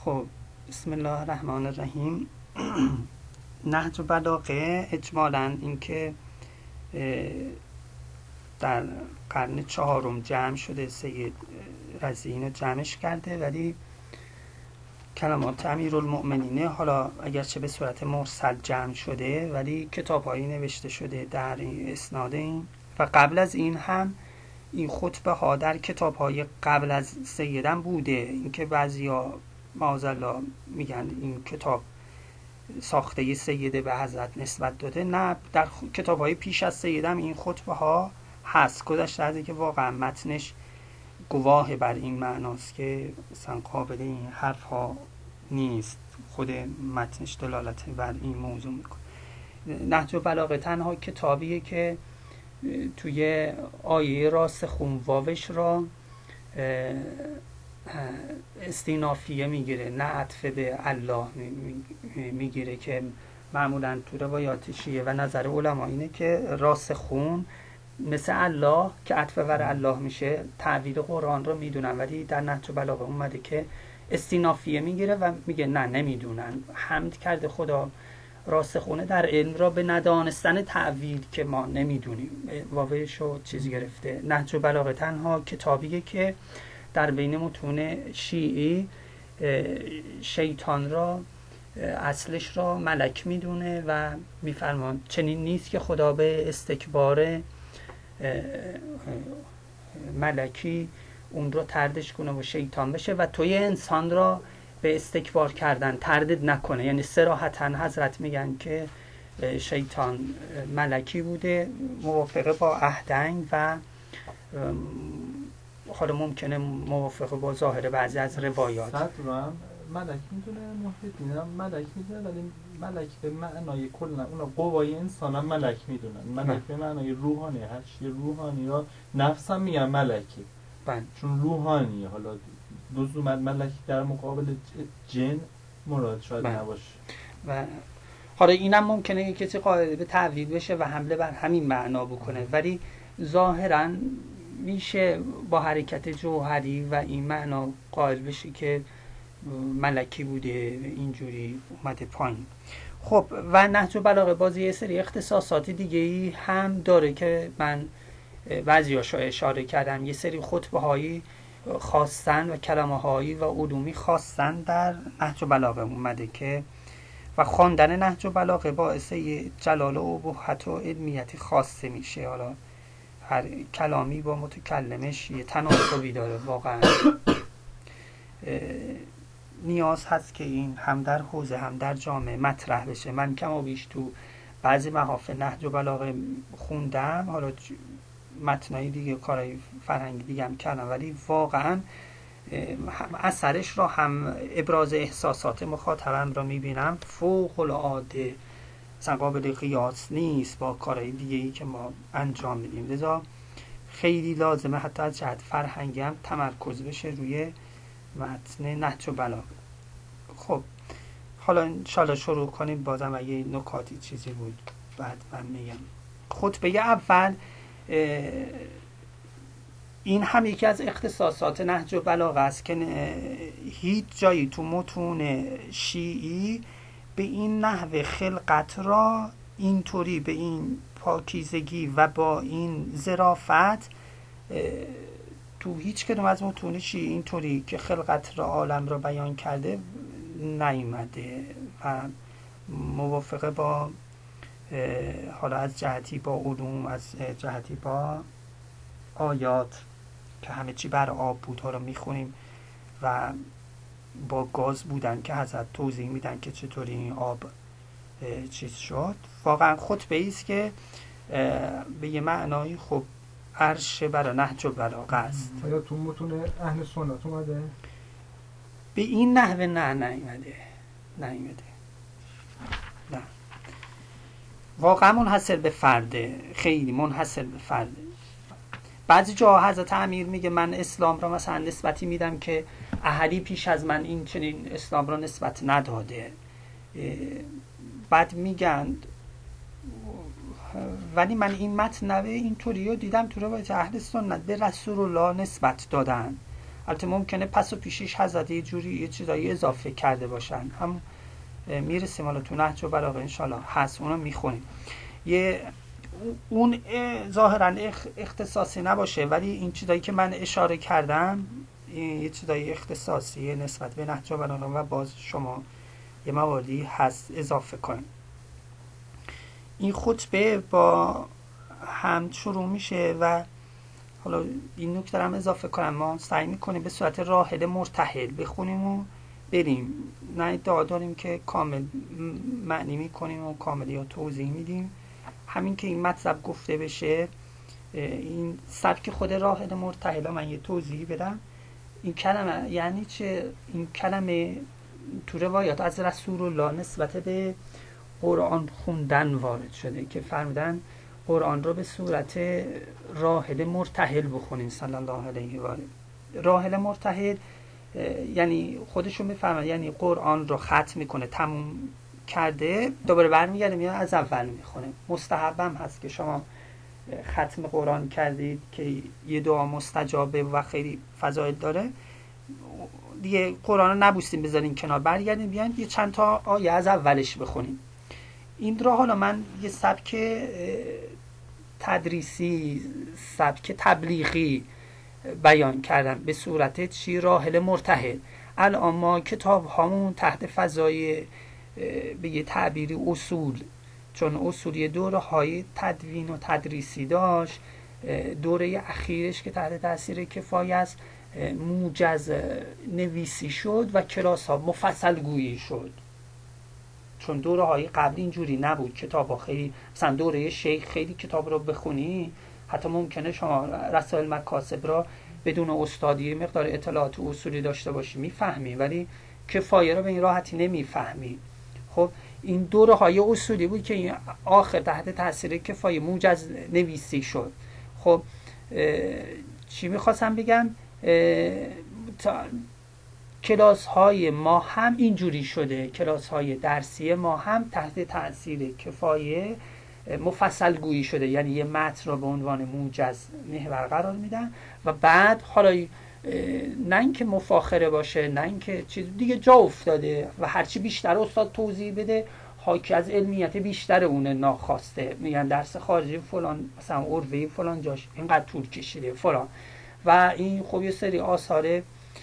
خب بسم الله الرحمن الرحیم. نهج بلاغه اجمالاً اینکه در قرن چهارم جمع شده، سید رضی اینو جمعش کرده، ولی کلمات امیرالمؤمنین حالا اگرچه به صورت مرسل جمع شده ولی کتاب‌هایی نوشته شده در اسناد این، و قبل از این هم این خطبه ها در کتاب‌های قبل از سیدم بوده. اینکه بعضیا معاذالله میگن این کتاب ساخته سیده به حضرت نسبت داده، نه، در کتاب‌های پیش از سیدم این خطبه ها هست، گذشته از اینکه واقعا متنش گواه بر این معناست که مثلا قابل این حرف ها نیست، خود متنش دلالت بر این موضوع میکنه. نهج بلاغه تنها کتابیه که توی آیه راسخون واوش را استینافیه میگیره، نه عطف به الله میگیره، که معمولا تو روایات شیعه و نظر علما اینه که راسخون مثل الله که عطف بر الله میشه تعبیر قرآن رو میدونن، ولی در نهج بلاغه اومده که استینافیه میگیره و میگه نه، نمیدونن. حمد کرده خدا راسخونه در علم را به ندانستن تعویل که ما نمیدونیم، واویشو چیز گرفته. نهج بلاغه تنها کتابیه که در بین متون شیعی شیطان را اصلش را ملک میدونه و میفرمان چنین نیست که خدا به استکبار ملکی اون رو تردش کنه و شیطان بشه و توی انسان را به استکبار کردن تردید نکنه. یعنی صراحتاً حضرت میگن که شیطان ملکی بوده موافقه با اهدنگ و حالا ممکنه موافقه با ظاهر بعضی از روایات. صد رو هم ملک میدونه، محیطین هم ملک میدونه، ولی ملک به معنای کلن اونا قوای انسان هم ملک میدونن. ملک به معنای روحانی، هر چیه روحانی را نفس هم میگن ملکی، چون روحانی. حالا لزوما ملکی در مقابل جن مراد شاید نباشه. و حالا اینم ممکنه کسی قائل به تعویل بشه و حمله بر همین معنا بکنه، ولی ظاهراً میشه با حرکت جوهری و این معنا قائل بشه که ملکی بوده، اینجوری اومده پایین. خب و نهج بلاغه بازی یه سری اختصاصات دیگه‌ای هم داره که من بعضیاشو اشاره کردم. یه سری خطبه هایی خواستن و کلمه هایی و علومی خواستن در نهج بلاغه اومده که و خواندن نهج بلاغه باعث جلال و ابهت و علمیتی خاصه میشه. حالا هر کلامی با متکلمش یه تناسبی داره، واقعا نیاز هست که این هم در حوزه هم در جامعه مطرح بشه. من کم و بیش تو بعضی محافل نهج و بلاغه خوندم، حالا متنای دیگه کارهای فرهنگی دیگه هم کردم، ولی واقعا اثرش را هم ابراز احساسات مخاطبم را میبینم فوق العاده، اصلا قابل قیاس نیست با کارهای دیگه‌ای که ما انجام میدیم. لذا خیلی لازمه حتی از جهت فرهنگی هم تمرکز بشه روی متن نهج بلاغه. خب حالا انشاءالله شروع کنیم. بازم اگه نکاتی چیزی بود بعد من میگم. خطبه اول این هم یکی از اختصاصات نهج بلاغه است که هیچ جایی تو متون شیعی به این نحو خلقت را اینطوری به این پاکیزگی و با این ظرافت تو هیچ کدوم از متون شیعی اینطوری که خلقت را عالم را بیان کرده نیامده و موافقه با حالا از جهتی با علوم، از جهتی با آیات که همه چی بر آب بود، حالا میخونیم و با گاز بودن که حضرت توضیح میدن که چطوری این آب چیز شد. واقعا خطبه ایست که به یه معنایی خب عرش برای نهج بلاغه است. آیا تو متون اهل سنت اومده؟ به این نحوه نیامده. نه، واقعا منحصر به فرده، خیلی منحصر به فرده. بعضی جاها حضرت امیر میگه من اسلام را مثلا نسبتی میدم که احدی پیش از من این چنین اسلام را نسبت نداده. بعد میگن ولی من این متن اینطوری رو دیدم تو روایت اهل سنت به رسول الله نسبت دادن. البته ممکنه پس و پیشش حضرت یه جوری یه چیزایی اضافه کرده باشن، هم میرسیم حالا تو نهج البلاغه انشالله هست، اونو میخونیم. اون ظاهرا اختصاصی نباشه، ولی این چیزایی که من اشاره کردم یه چیزایی اختصاصی نسبت به نهج البلاغه و باز شما یه مواردی هست اضافه کنیم. این خطبه با حمد شروع میشه و حالا این نکته هم اضافه کنم، ما سعی میکنیم به صورت راحل مرتحل بخونیم و بریم، نه ادعا داریم که کامل معنی میکنیم و کامل یا توضیح میدیم. همین که این مطلب گفته بشه، این سبک خود راحل مرتحل من یه توضیح بدم. این کلمه یعنی چه؟ این کلمه تو روایات از رسول الله نسبت به قرآن خوندن وارد شده که فرمودن قرآن رو به صورت راحل مرتحل بخونین صلی الله علیه و آله. راحل مرتحل یعنی خودشون میفهمن، یعنی قرآن رو ختم میکنه، تموم کرده، دوباره برمیگرده میاد از اول میخونه. مستحبم هست که شما ختم قرآن کردید که یه دعا مستجابه و خیلی فضایل داره، دیگه قرآن رو نبوستیم بذارین کنار، برگردین بیاین یه چند تا آیه از اولش بخونین. این را حالا من یه سبک تدریسی، سبک تبلیغی بیان کردم به صورت چی؟ راحل مرتحل. الان ما کتاب هامون تحت فضای به یه تعبیری اصول، چون اصولی دوره های تدوین و تدریسی داشت، دوره اخیرش که تحت تاثیر کفایه است موجز نویسی شد و کلاس ها مفصل گویی شد. چون دوره های قبلی اینجوری نبود، کتاب ها خیلی مثلا دوره شیخ خیلی کتاب رو بخونی حتی ممکنه شما رسائل مکاسب را بدون استادی مقدار اطلاعات اصولی داشته باشی میفهمی، ولی کفایه رو به این راحتی نمیفهمی. خب این دوره های اصولی بود که این آخر تحت تاثیر کفایه موجز نویسی شد. خب چی میخواستم بگم؟ کلاس های ما هم اینجوری شده، کلاس های درسی ما هم تحت تاثیر کفایه مفصل گویی شده، یعنی یه متن رو به عنوان موجز محور قرار میدن و بعد حالا نه اینکه مفاخره باشه، نه اینکه چیز دیگه جا افتاده و هرچی بیشتر استاد توضیح بده حاکی از علمیت بیشتر اونه ناخواسته، میگن درس خارجی فلان مثلا عروه فلان جاش اینقدر طول کشیده فلان، و این خب یه سری آثار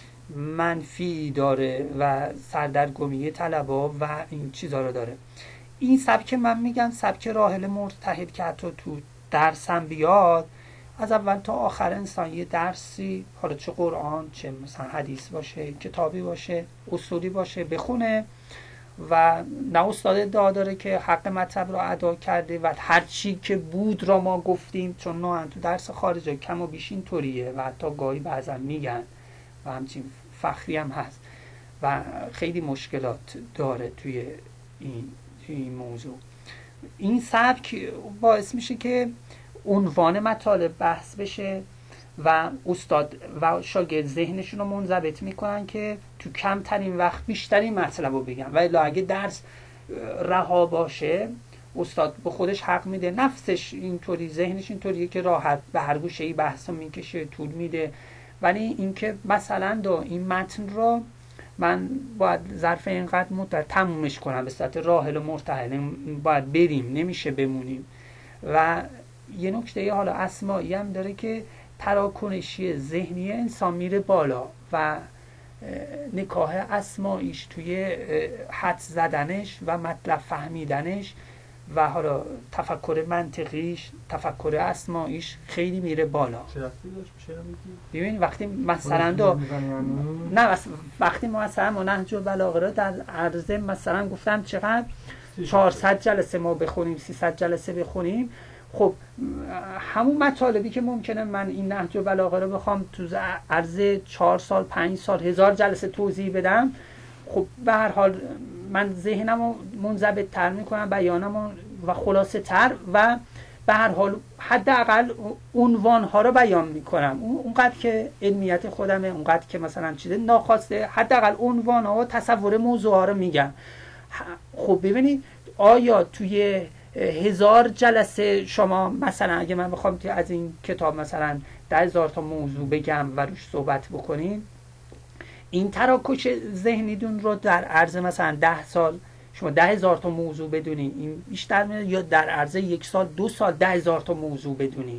منفی داره و سردرگمی طلبا و این چیزا رو داره. این سبک من میگم سبک راحل مرتحل که حتی تو درسم بیاد، از اول تا آخر انسان یه درسی، حالا چه قرآن چه مثلا حدیث باشه، کتابی باشه، اصولی باشه، بخونه و نه استاد ادعا داره که حق مطلب رو ادا کرده و هر چی که بود را ما گفتیم، چون نه تو درس خارجه کم و بیش اینطوریه و حتی گاهی بعضا میگن و همچین فخری هم هست و خیلی مشکلات داره توی این موضوع. این سبک باعث میشه که عنوان مطالب بحث بشه و استاد و شاگرد ذهنشون رو منضبط میکنن که تو کمترین وقت بیشترین مطلب رو بگن، و الا اگه درس رها باشه استاد به خودش حق میده، نفسش اینطوری، ذهنش اینطوریه که راحت به هر گوشه‌ای بحث میکشه، طول میده. ولی اینکه مثلا این متن رو من باید ظرف اینقدر مدت تمومش کنم به صورت راحل و مرتحل، باید بریم، نمیشه بمونیم. و یه نکته حالا اسمایی هم داره که تراکنشی ذهنی انسان میره بالا و نکاه اسماییش توی حد زدنش و مطلب فهمیدنش و حالا تفکر منطقیش، تفکر اسماییش خیلی میره بالا. چه رفتی داشت میشه میگی؟ ببین وقتی مثلا وقتی ما مثلا نهج البلاغه رو در عرضه مثلا گفتم چقدر 400 جلسه ما بخونیم، 300 جلسه بخونیم، خب همون مطالبی که ممکنه من این نهج البلاغه رو بخوام تو عرض 4 سال 5 سال 1000 جلسه توضیح بدم، خب به هر حال من ذهنمو منضبط تر میکنم، بیانمو و خلاصه تر، و به هر حال حداقل عنوان ها رو بیان میکنم، اونقدر که علمیت خودمه، اونقدر که مثلا چیز ناخواسته، حداقل عنوان ها و تصور موضوع ها رو میگم. خب ببینید آیا توی 1000 جلسه شما مثلا اگه من بخوام از این کتاب مثلا 10,000 تا موضوع بگم و روش صحبت بکنیم، این تراکش ذهنیتون رو در عرض مثلا 10 سال شما 10,000 تا موضوع بدونی، این بیشتر میاد، یا در عرض 1 سال 2 سال 10,000 تا موضوع بدونی،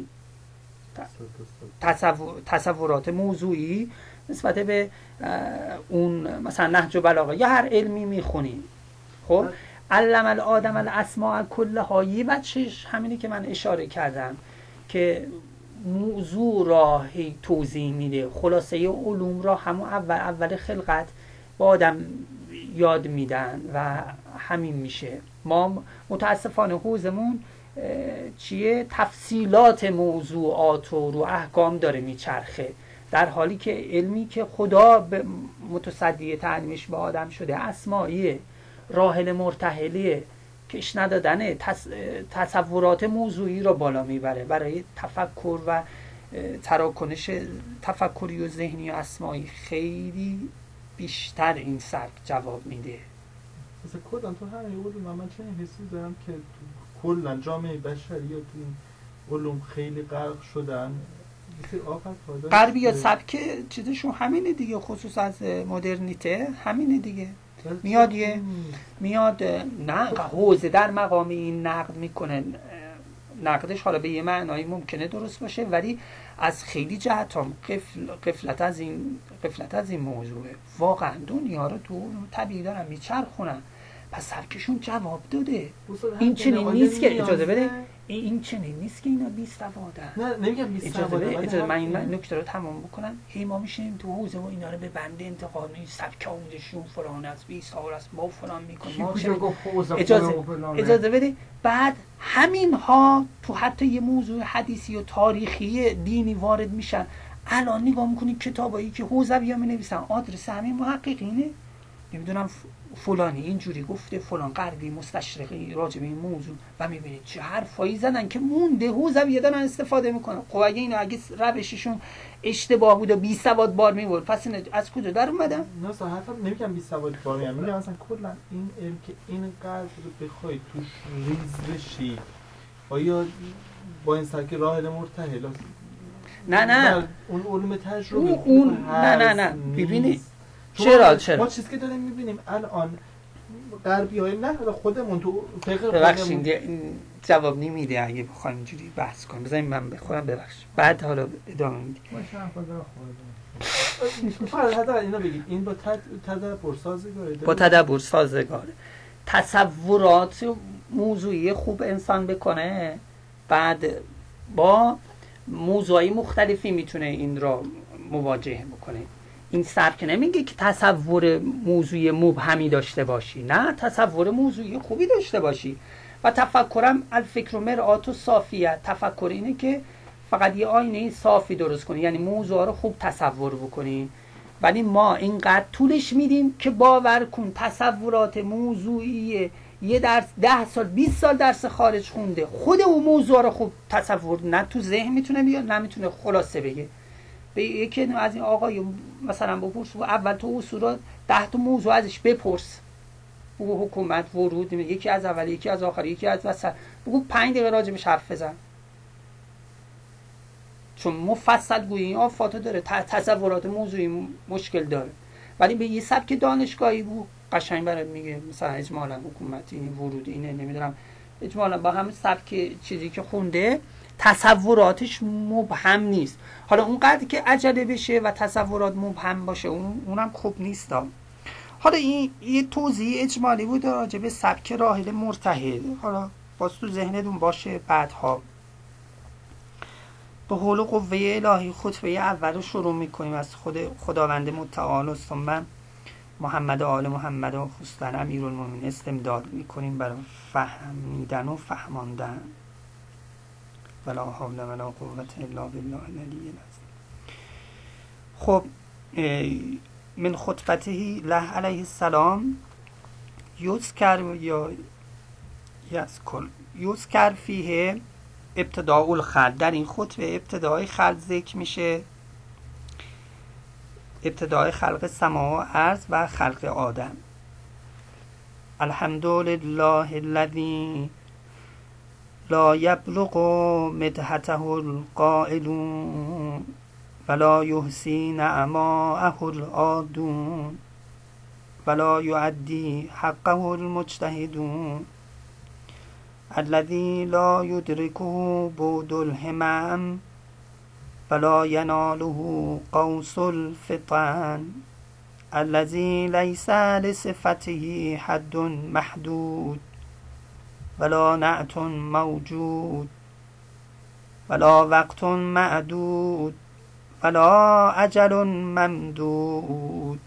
تصورات موضوعی نسبت به اون مثلا نهج بلاغه یا هر علمی میخونی. خب علم الآدم الاسماء کلها، یه بچش همینی که من اشاره کردم که موضوع را هی توضیح میده، خلاصه علوم را همون اول خلقت با آدم یاد میدن و همین میشه. ما متاسفانه حوزمون چیه؟ تفصیلات موضوعات و رو احکام داره میچرخه، در حالی که علمی که خدا متصدی تعلیمش به آدم شده اسماییه، راحل مرتحلیه، کش ندادن تصورات موضوعی را بالا میبره، برای تفکر و تراکنش تفکری و ذهنی و اسمایی خیلی بیشتر این سبک جواب میده. مثلا کلا تو همین علوم من چنین حسی دارم که کلا جامعه بشری یا تو این علوم خیلی غرق شدن. غربی یا سبک چیزشون همینه دیگه، خصوص از مدرنیته همینه دیگه. میاد نه حوزه در مقام این نقد میکنه، نقدش حالا به یه معنایی ممکنه درست باشه ولی از خیلی جهت هم غفلت از این موضوعه. واقعا دنیا رو تو طبیعی دارن میچرخونن، پس سبکشون جواب داده. این چنین نیست که اجازه بده، این چنین نیست که اینا 20 سوادن. نه نمیگم 20 سواده، اجازه من این نکته رو تمام بکنم. هی ما میشینیم تو حوزه و اینا رو به بنده انتقاد می‌کنیم، سبک آموزشیون فلان است، 20 سال است، ما فلان می‌کنیم. اجازه بده، بعد همین ها تو حتی یه موضوع حدیثی و تاریخی دینی وارد میشن. الان نگاه می‌کنید کتابایی که حوزوی‌ها می‌نویسن آدرس همین محققینه، نمیدونم فلانی اینجوری گفته، فلان غربی مستشرقی راجع به این موضوع، و میبینید چه حرفایی زدن که مونده، حوزویه دارن استفاده میکنن. خب اگه روششون اشتباه بود و 20 سواد بار میورد، پس از کجا در اومدن؟ نه صحت نمیگم 20 سواد بار میگم مثلا کلا این علم که اینقدر رو بخوای توش ریز بشی، آیا با این سبک راه مرتحل نه اون علوم تجربی اون نه ببینید چرا ما چیزی که داریم میبینیم الان غربی‌های نه خودمون تو فقه ببخشید این جواب نمیده اگه بخوایم اینجوری بحث کنیم. بذارید من بخورم ببخشید بعد حالا ادامه میدیم. فقط اینا بگید این با تدبر سازگاره، با تدبر سازگاره. تصورات موضوعی خوب انسان بکنه، بعد با موضوعی مختلفی میتونه این را مواجهه بکنه. این سبک نمیگه که تصور موضوعی مبهمی داشته باشی، نه، تصور موضوعی خوبی داشته باشی. و تفکرم الفکر مرآت و صافیه، تفکر اینه که فقط یه آینه صافی درست کنی، یعنی موضوع رو خوب تصور بکنی. ولی ما اینقدر طولش میدیم که باور کن تصورات موضوعی یه درس 10 سال 20 سال درس خارج خونده، خود اون موضوع رو خوب تصور نه تو ذهن میتونه بیاد نه میتونه خلاصه بگه. به یکی از این آقای مثلا بپرس اول تو اصول 10 تا موضوع ازش بپرس، بگو حکومت، ورود، یکی از اول یکی از آخر یکی از وسط، بگو 5 دقیقه راجبش حرف بزن، چون مفصل گویی این آفاتو داره، تصورات موضوعی مشکل داره. ولی به یه سبک دانشگاهی بود قشنگ برات میگه مثلا اجمالا حکومت این ورود اینه، نمیدونم اجمالا با همین سبک چیزی که خونده تصوراتش مبهم نیست. حالا اونقدر که عجله بشه و تصورات مبهم باشه اونم خوب نیست. حالا این یه توضیح اجمالی بود راجع به سبک راحل مرتحل. حالا باز تو ذهنتون باشه بعدها به حول و قوه الهی خطبه اول رو شروع میکنیم از خداوند متعال و ثم محمد آل محمد و خصوصا امیرالمومنین استمداد میکنیم برای فهمیدن و فهماندن. ولا حول ولا قوة الا بالله العلی العظیم. خب من خطبته له علیه السلام یذکر فیه ابتداء الخلق. در این خطبه ابتدای خلق ذکر میشه، ابتدای خلق سما و ارض و خلق آدم. الحمدلله الذی لا یبلغ مدحته القائلون ولا یحصی نعماءه العادون ولا یؤدی حقه المجتهدون الذی لا یدرکه بعد الهمم ولا یناله قوس الفطن الذی لیس لصفته حد محدود ولا نعت موجود ولا وقت معدود ولا اجل ممدود.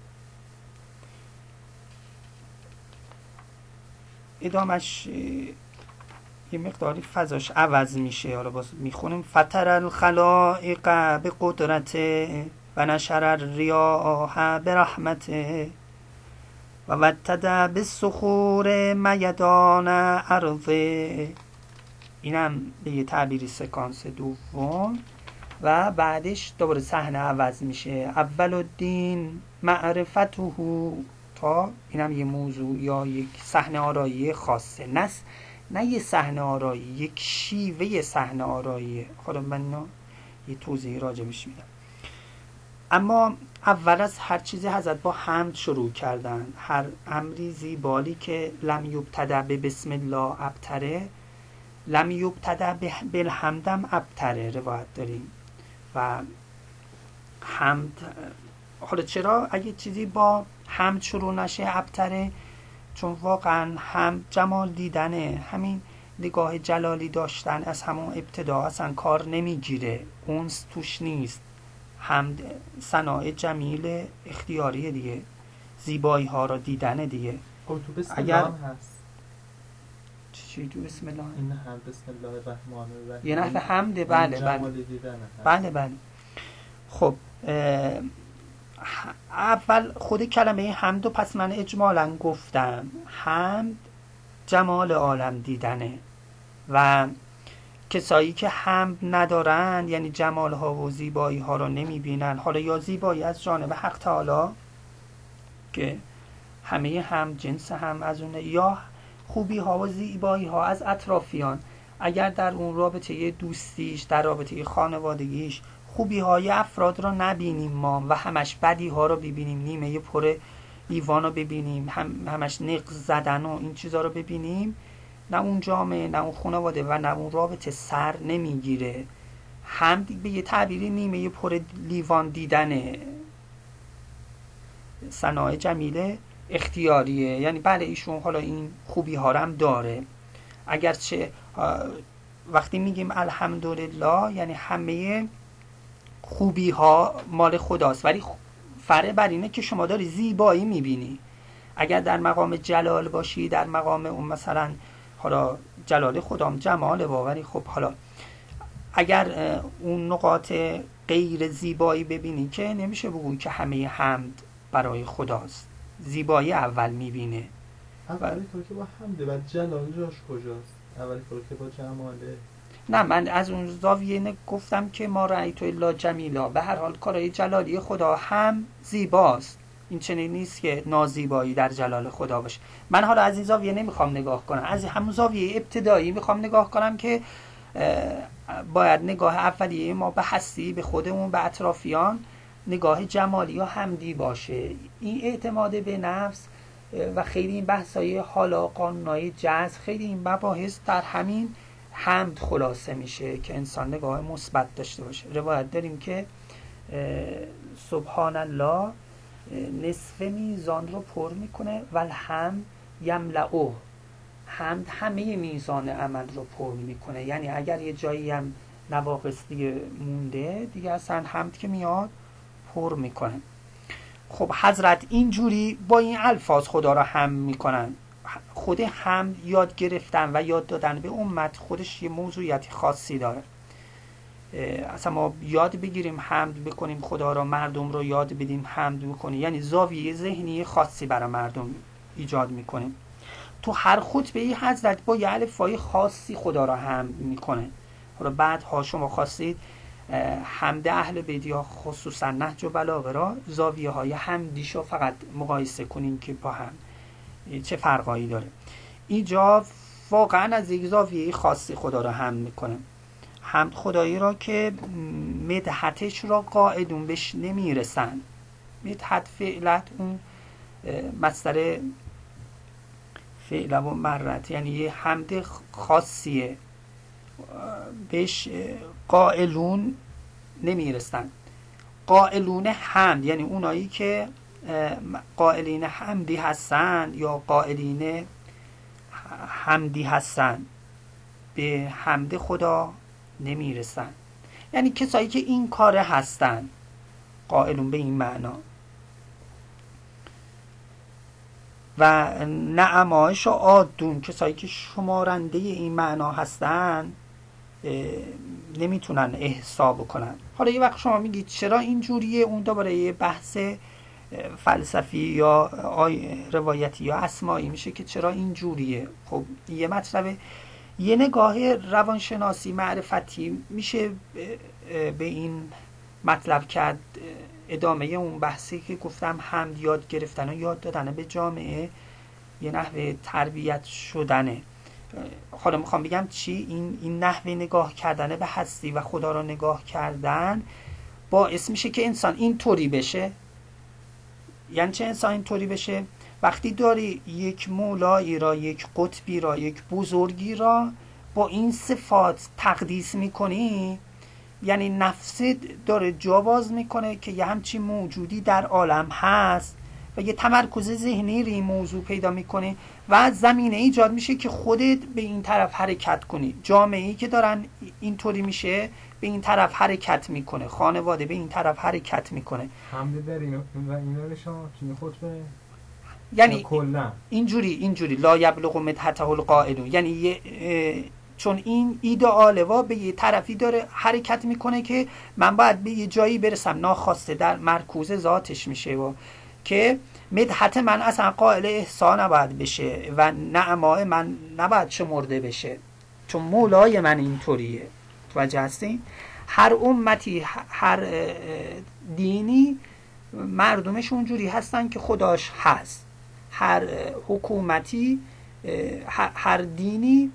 ادامش یه مقداری فضاش عوض میشه. حالا باز میخونیم فتر الخلائق به قدرته و نشر الریاح به رحمته و وتد بالصخور میدان ارضه. اینم به یه تعبیری سکانس دوم و بعدش دوباره صحنه عوض میشه. اول الدین معرفته تا اینم یه موضوع یا یک صحنه آرایی خاصه، نه یه صحنه آرایی، یک شیوه صحنه آرایی. خدا من یه توضیح راجبش میدم. اما اول از هر چیزی حضرت با حمد شروع کردن. هر امری زیبایی که لم یبتدأ به بسم الله ابتره، لم یبتدأ بالحمدم ابتره روایت داریم. و حمد، حالا چرا اگه چیزی با حمد شروع نشه ابتره؟ چون واقعا حمد جمال دیدنه، همین نگاه جلالی داشتن از همون ابتدا اصلا کار نمیگیره، اونس توش نیست. حمد صنایع جمیل اختیاری دیگه، زیبایی ها را دیدن دیگه. تو بسم الله هم هست. چی تو بسم الله؟ این هم بسم الله الرحمن الرحیم یه نحو حمده. بله. خب اول خود کلمه حمد و پس من اجمالا گفتم حمد جمال عالم دیدنه و کسایی که حمد ندارن یعنی جمال ها و زیبایی ها رو نمی بینن. حالا یا زیبایی از جانب حق تعالی که همه هم جنس هم از اونه، یا خوبی ها و زیبایی ها از اطرافیان. اگر در اون رابطه دوستیش، در رابطه خانوادگیش خوبی های افراد رو نبینیم ما و همش بدی ها رو ببینیم، نیمه پر ایوان رو ببینیم، همش نقض زدن و این چیزها رو ببینیم، نه اون جامعه، نه اون خانواده و نه اون رابطه سر نمیگیره. حمد به یه تعبیری نیمه پر لیوان دیدنه، صنایع جمیله اختیاریه. یعنی بله ایشون حالا این خوبی ها رو هم داره، اگرچه وقتی میگیم الحمدلله یعنی همه خوبی ها مال خداست، ولی فرق بر اینه که شما داری زیبایی میبینی. اگر در مقام جلال باشی، در مقام اون مثلا حالا جلال خدام جماله ولی خب حالا اگر اون نقاط غیر زیبایی ببینی که نمیشه بگویی که همه حمد برای خداست. زیبایی اول میبینه. اولی کار که با حمده و جلال جاش کجاست؟ اولی کار که با جماله. نه من از اون زاویه گفتم که ما رأیت الا جمیلا، به هر حال کارهای جلالی خدا هم زیباست. این چنین نیست که نازیبایی در جلال خدا باشه. من حالا از این زاویه نمیخوام نگاه کنم، از همون زاویه ابتدایی میخوام نگاه کنم که باید نگاه اولیه ما به هستی، به خودمون، به اطرافیان نگاه جمالی و حمدی باشه. این اعتماد به نفس و خیلی این بحثای حالا قانونای جذب، خیلی این مباحث در همین حمد خلاصه میشه که انسان نگاه مثبت داشته باشه. روایت داریم که سبحان الله نصف میزان رو پر میکنه و الحمد یملئه، حمد همه میزان عمل رو پر میکنه. یعنی اگر یه جایی هم نواقص دیگه مونده دیگه اصلا حمد که میاد پر میکنه. خب حضرت اینجوری با این الفاظ خدا را حمد میکنن. خود حمد یاد گرفتن و یاد دادن به امت خودش یه موضوعیت خاصی داره. اصلا ما یاد بگیریم حمد بکنیم خدا را، مردم رو یاد بدیم حمد بکنیم، یعنی زاویه ذهنی خاصی برای مردم ایجاد میکنیم. تو هر خطبه ای حضرت با یه الفبای خاصی خدا را حمد میکنه. حالا بعدها شما خواستید حمد اهل بیت یا خصوصا نهج و بلاغه را زاویه های حمدیشو فقط مقایسه کنین که با هم چه فرقایی داره. اینجا واقعا از یک زاویه خاصی خدا را حمد میکنه. حمد خدایی را که مدحتش را قائلون بهش نمیرسن. مدحت فعلت اون مصدر فعل و مرت، یعنی یه حمد خاصیه، بهش قائلون نمیرسن. قائلون حمد یعنی اونایی که قائلین حمدی هستن یا قائلین حمدی هستن، به حمد خدا نمیرسن، یعنی کسایی که این کاره هستن، قائلون به این معنا. و نعمایش و عادون، کسایی که شمارنده این معنا هستن نمیتونن احسا بکنن. حالا یه وقت شما میگید چرا این جوریه، اون دوباره یه بحث فلسفی یا روایتی یا اسمایی میشه که چرا این جوریه. خب یه مطلب، یه نگاه روانشناسی معرفتی میشه به این مطلب کرد. ادامه اون بحثی که گفتم حمد یاد گرفتن و یاد دادن به جامعه یه نحوه تربیت شدنه. حالا میخوام بگم چی؟ این نحوه نگاه کردن به هستی و خدا را نگاه کردن باعث میشه که انسان اینطوری بشه. یعنی چه انسان اینطوری بشه؟ وقتی داری یک مولایی را، یک قطبی را، یک بزرگی را با این صفات تقدیس میکنی، یعنی نفست داره جا باز میکنه که یه همچین موجودی در عالم هست و یه تمرکز ذهنی روی موضوع پیدا میکنه و زمینه ایجاد میشه که خودت به این طرف حرکت کنی. جامعه‌ای که دارن اینطوری میشه به این طرف حرکت میکنه، خانواده به این طرف حرکت میکنه. حمد در اینو و اینا رو شما توی خطبه یعنی کلا اینجوری لا یبلغ مدحته القائلون، یعنی چون این ایدئاله و به یه طرفی داره حرکت میکنه که من باید به یه جایی برسم، ناخواسته در مرکوز ذاتش میشه و که مدحت من اصلا قائل احسان نباید بشه و نعمای من نباید شمرده بشه، چون مولای من اینطوریه. توجه هستین؟ هر امتی، هر دینی مردمش اونجوری هستن که خداش هست. هر حکومتی، هر دینی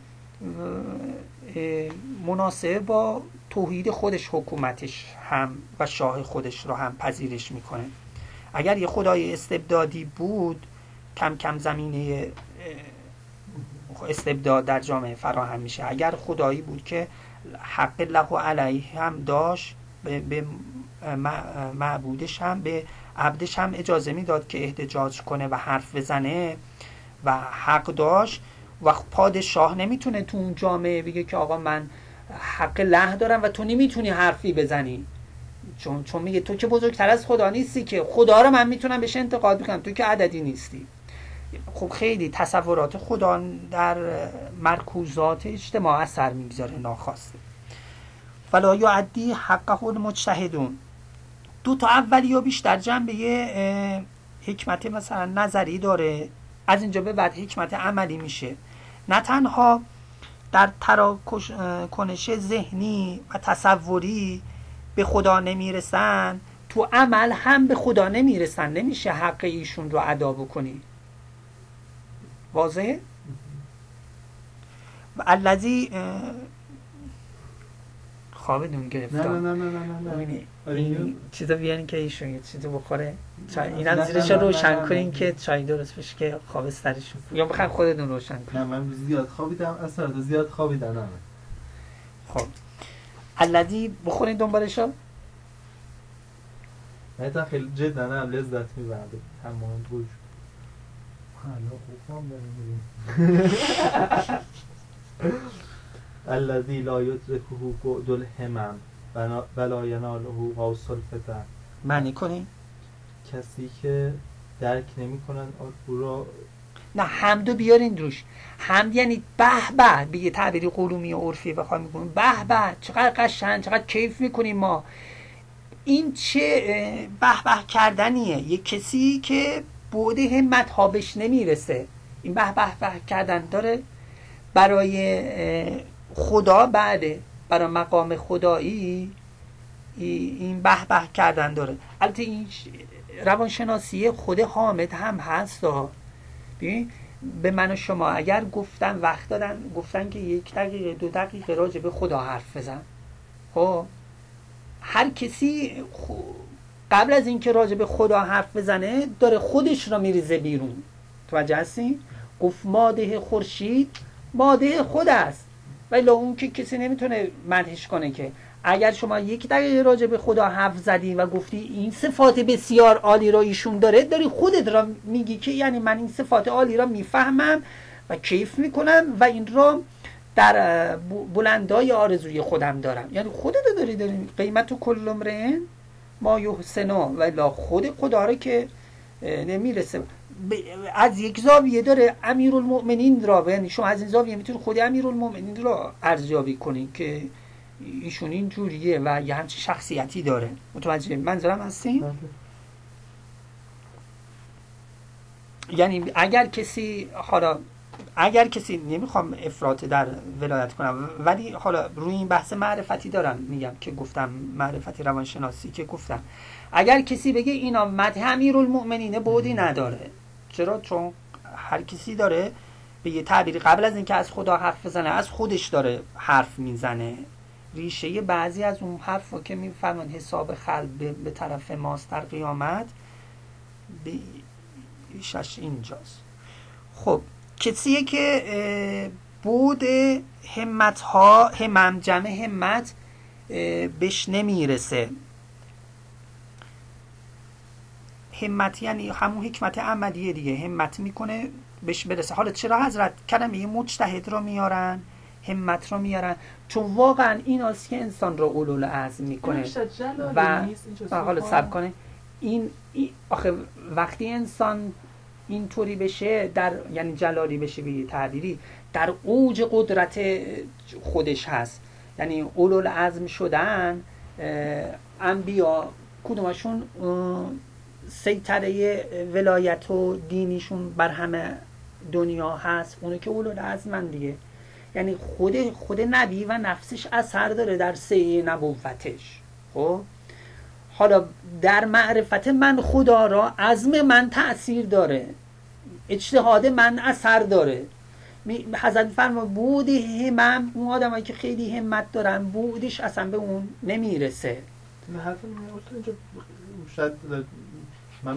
مناسب با توحید خودش حکومتش هم و شاه خودش رو هم پذیرش میکنه. اگر یه خدای استبدادی بود، کم کم زمینه استبداد در جامعه فراهم میشه. اگر خدایی بود که حق له علیه هم داشت، به معبودش هم، به عبدش هم اجازه میداد که احتجاج کنه و حرف بزنه و حق داشت، و پادشاه نمیتونه تو اون جامعه بگه که آقا من حق له دارم و تو نمیتونی حرفی بزنی، چون میگه تو که بزرگتر از خدا نیستی، که خدا رو من میتونم بهش انتقاد بکنم، تو که عددی نیستی. خب خیلی تصورات خدا در مرکوزات اجتماع اثر میگذاره ناخواسته. ولا یعدی حقه المجتهدون. دو تا اولی و بیشتر جنبه حکمت مثلا نظری داره، از اینجا به بعد حکمت عملی میشه. نه تنها در تراکنش ذهنی و تصوری به خدا نمیرسن، تو عمل هم به خدا نمیرسن، نمیشه حق ایشون رو ادا بکنی. واضحه؟ و الذی خوابتون گرفته. نه این چیزا بیارین که ایشون یه چیزو بخوره، اینا زیرش روشن کنین که چای درست بشه که خواب سرشون، یا بخواید خودتون روشن کنین. نه من زیاد خوابیدم، اصلا زیاد خوابیدم. خب الذی بخورین دنبالشو. نه تا خیلی جدا هم لذت میبرده تمام گوش. حالا خوبم بریم. الذی لا یدرکه بعد الهمم ولا یناله غوث الفتن. معنی کنین؟ کسی که درک نمی‌کنن او را. نه حمدو بیارین روش. حمد یعنی به به، به یه تعبیری قلومی و عرفی بخوام میگم، به به چقدر قشنگ، چقدر کیف میکنیم ما. این چه به به کردنیه؟ یه کسی که بعد همت ها بهش نمیرسه، این به به کردن داره برای خدا، بعده برای مقام خدایی این به به کردن داره. البته این روانشناسی خود حامد هم هست. ببین به من و شما اگر گفتن وقت دادن، گفتن که 1 دقیقه 2 دقیقه راجع به خدا حرف بزن، خب هر کسی قبل از اینکه راجع به خدا حرف بزنه داره خودش را میریزه بیرون. توجه هستی؟ گفت ماده خورشید ماده خود است، ولی اون که کسی نمیتونه مدحش کنه. که اگر شما یک دقیقه راجع به خدا حرف زدی و گفتی این صفات بسیار عالی را ایشون داره، داری خودت را میگی که یعنی من این صفات عالی را میفهمم و کیف میکنم و این را در بلندای آرزوی خودم دارم. یعنی خودت داری قیمت کل امرئ ما یحسنه، و خود خدا رو که نمیرسه. از یک زاویه داره امیرالمؤمنین را، یعنی شما از این زاویه میتونید خود امیرالمؤمنین را ارزیابی کنید که ایشون این جوریه و یه همچین شخصیتی داره. متوجه منظورم هستین؟ یعنی اگر کسی نمیخوام افراط در ولایت کنم، ولی حالا روی این بحث معرفتی دارم میگم که گفتم معرفتی روانشناسی که گفتم، اگر کسی بگه اینا مدح امیرالمؤمنین بعدی نداره. چرا؟ چون هر کسی داره به یه تعبیری قبل از اینکه از خدا حرف بزنه از خودش داره حرف میزنه. ریشه بعضی از اون حرفا که میفهمن حساب خلق به طرف ماست در قیامت ریشش اینجاست. خب کسیه که بود همت ها جمع همت بهش نمیرسه. همت یعنی همون حکمت عملیه دیگه، همت میکنه بهش برسه. حالا چرا حضرت کلمه مجتهد رو میارن، همت رو میارن؟ چون واقعا این است که انسان رو اولوالعزم میکنه. و حالا صبر کنه، این آخه وقتی انسان اینطوری بشه، یعنی جلالی بشه به تعبیری، در اوج قدرت خودش هست. یعنی اولوالعزم شدن انبیا کدومشون سیطره ولایت و دینیشون بر همه دنیا هست، اونه که اولوالعزمن دیگه. یعنی خود نبی و نفسش اثر داره در سعی نبوتش. خب حالا در معرفت من خدا را عزم من تأثیر داره، اجتهاد من اثر داره. حضرت فرما بود همم، اون آدمایی که خیلی همت دارن بودش اصلا به اون نمیرسه. نه حرف اینجا شاید من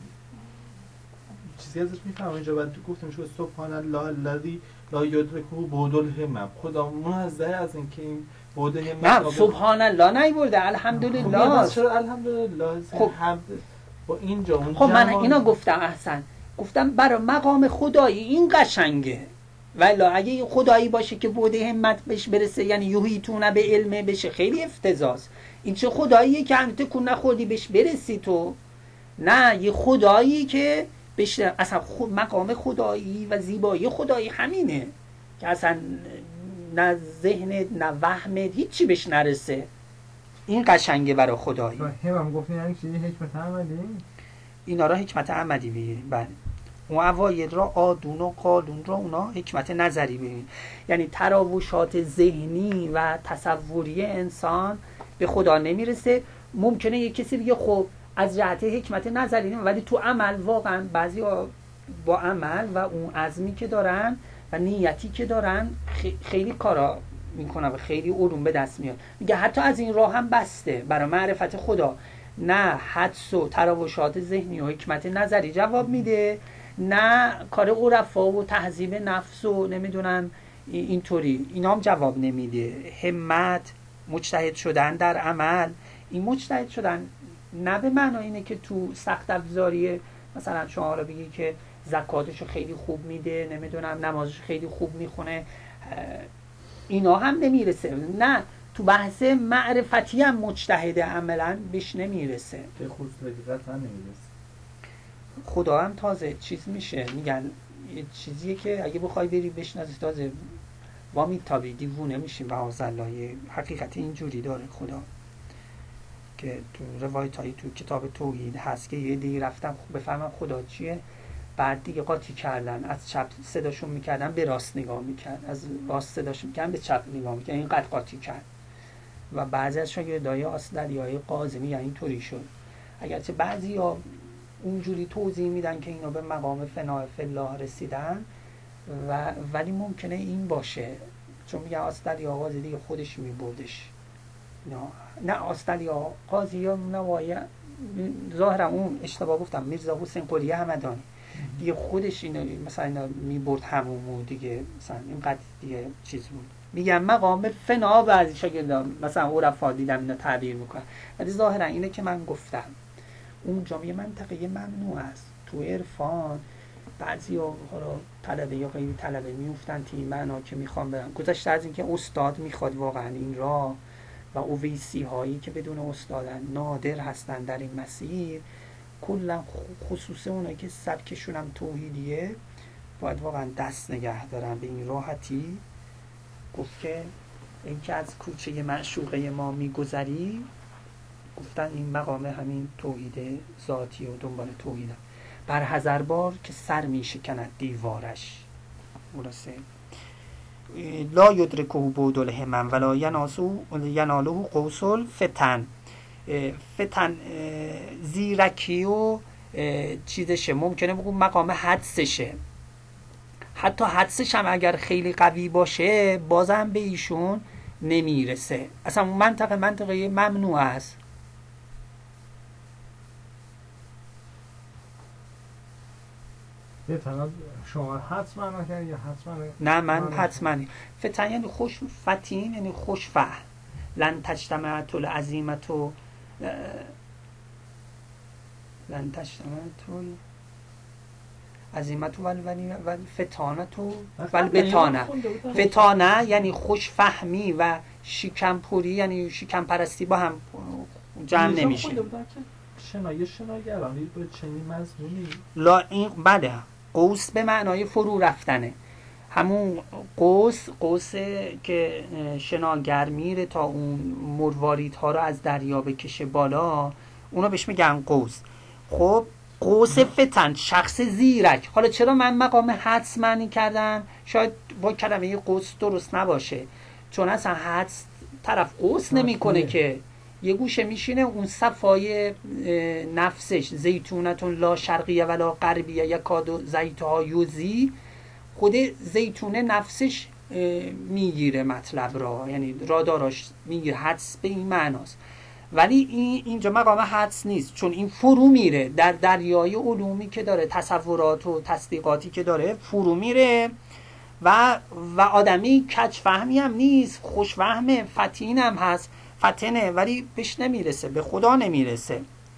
چیزی ازش میفهمم اینجا بعد گفتم شو سبحان الله الذی لا یدرکه بعد الهمم. خدا منزه از اینکه این بعد همت نه سبحان الله نیورده الحمدلله. چرا الحمدلله؟ خب با اینجا اون خب من اینا گفتم احسن، گفتم برای مقام خدایی این قشنگه. ولی اگه خدایی باشه که بعد همت بهش برسه، یعنی یحیطون به علمه بشه، خیلی افتضاحه. این چه خداییه که انت کون نخوردی بهش برسی تو؟ نه، یه خدایی که بهش اصلا مقام خدایی و زیبایی خدایی همینه که اصلا نه ذهنت نه وهمت هیچی بهش نرسه. این قشنگه برای خدایی. هم گفتین یعنی چیزی حکمت عملی؟ اینا را حکمت عملی بگیریم. بله اون اواید را آدون و قالون را اونا حکمت نظری ببین. یعنی تراوشات ذهنی و تصوری انسان به خدا نمیرسه. ممکنه یک کسی دیگه خب از جهت حکمت نظری نمید، ولی تو عمل واقعا بعضی با عمل و اون عزمی که دارن و نیتی که دارن خیلی کارا میکنن و خیلی علوم به دست میاد. میگه حتی از این راه هم بسته برای معرفت خدا، نه حدس و تراوشات ذهنی و حکمت نظری جواب میده، نه کار عرفا و تهذیب نفس و نمیدونم اینطوری اینا هم جواب نمیده. همت، مجتهد شدن در عمل، این مجتهد شدن نه به معنی اینه که تو سخت افزاریه، مثلا شما حالا بگی که زکاتشو خیلی خوب میده، نمیدونم نمازش خیلی خوب میخونه، اینا هم نمیرسه. نه، تو بحث معرفتی هم مجتهد عملا بهش نمیرسه، به خصوصیت هم نمیرسه. خدا هم تازه چیز میشه، میگن چیزیه که اگه بخوای بری بشناسی تازه وامی تابی دیوونه میشیم. و الله حقیقت اینجوری داره خدا که تو روایت هایی تو کتاب توحید هست که یه دیگه رفتم بفهمم خدا چیه، بعد دیگه قاطی کردن، از چپ صداشون میکردن به راست نگاه میکرد، از راست صداشون میکردن به چپ نگاه میکرد، این قد قاطی کرد. و بعضی از شاگردای آسدلی های قاضمی یعنی اینطوری شد. اگرچه بعضی ها اونجوری توضیح میدن که اینا به مقام فناء فی الله رسیدن، ولی ممکنه این باشه، چون میگه آسدلی ها قاضی دیگه خودش میبردش نه آستالیا قاضی ها نوایی ظاهرا اون اشتباه گفتم، میرزا حسین قلی همدانی دیگه خودش اینو مثلا اینا میبرد همومو دیگه، مثلا اینقدر دیگه چیز بود. میگم مقام فنا بعضی شاگردان مثلا عرفا دیدم اینا تعبیر میکنن، ولی ظاهرا اینه که من گفتم اونجا یه منطقه ممنوع است تو عرفان. بعضی ها حالا طلبه یا غیر طلبه میفتن تی معنا که میخوام برن، گذشته از اینکه استاد میخواد واقعا این راه و اویسی هایی که بدون استادن نادر هستن در این مسیر، کلا خصوص اونایی که سبکشون هم توحیدیه باید واقعا دست نگه دارن به این راحتی. گفت که این که از کوچه معشوقه ما میگذری، گفتن این مقام همین توحید ذاتی و دنبال توحیدم. بر هزار بار که سر میشکند دیوارش، خلاصه لا یدرکه بود الهمم ولا یناله قوس الفتن. فتن زیرکی و چیزشه، ممکنه بگو مقام حدسشه، حتی حدسش هم اگر خیلی قوی باشه بازم به ایشون نمیرسه. اصلا اون منطقه ممنوع است. یه طرف شما حتما نکرد یا حتما؟ نه من حتما. فتن یعنی خوش، فتین یعنی خوش فهم. لن تجتمعت العزیمت و لن تجتمعت العزیمت و فتانت و بتانه. فتانه یعنی خوش فهمی و شکمپوری، یعنی شکم پرستی با هم جمع نمیشه. شناگرانی به چنین مضمونی لا این بله، قوس به معنای فرو رفتنه. همون قوس که شناگر میره تا اون مرواریدها رو از دریا بکشه بالا، اونا بهش میگن قوس. خب قوس فتن شخص زیرک. حالا چرا من مقام حدس معنی کردم؟ شاید با کلمه قوس درست نباشه، چون اصلا حدس طرف قوس نمیکنه که یه گوشه میشینه اون صفای نفسش زیتونتون لا شرقیه ولا غربیه یکاد زیتها یوزی، خود زیتونه نفسش میگیره مطلب را، یعنی راداراش میگیره. حدس به این معناست، ولی اینجا مقام حدس نیست، چون این فرو میره در دریای علومی که داره، تصورات و تصدیقاتی که داره فرو میره و آدمی کج فهمی هم نیست، خوش فهمه، فتین هم هست، فتنه، ولی بهش نمیرسه، به خدا نمیرسه.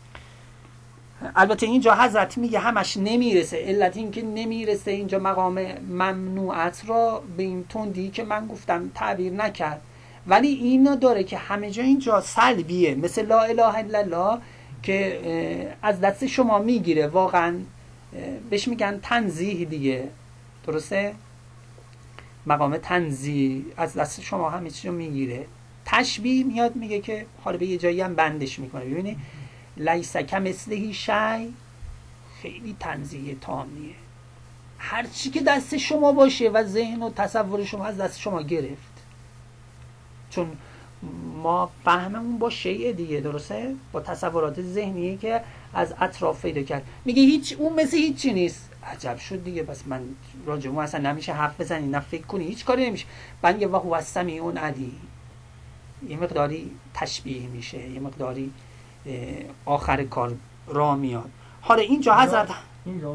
البته اینجا حضرت میگه همش نمیرسه، علت این که نمیرسه اینجا مقام ممنوعت را به این تندی که من گفتم تعبیر نکرد، ولی اینو داره که همه جا اینجا سلبیه، مثل لا اله الا الله که از دست شما میگیره، واقعا بهش میگن تنزیه دیگه، درسته؟ مقام تنزیه از دست شما همه چیزو میگیره. تشبیه میاد میگه که حالا به یه جایی هم بندش میکنه، ببینی لیس کمثله شیء، خیلی تنزیه تامیه، هر چی که دست شما باشه و ذهن و تصور شما از دست شما گرفت، چون ما فهممون با شیء دیگه، درسته؟ با تصورات ذهنیه که از اطراف پیدا کرد. میگه هیچ، اون مثل هیچی نیست. عجب شد دیگه، بس من راجع اون اصلا نمیشه حرف بزنی، نه فکر کنی، هیچ کاری نمیشه. بعد میگه و هو السمیع العلیم، یه مقداری تشبیه میشه، یه مقداری آخر کار را میاد. حالا اینجا حضرت اینجا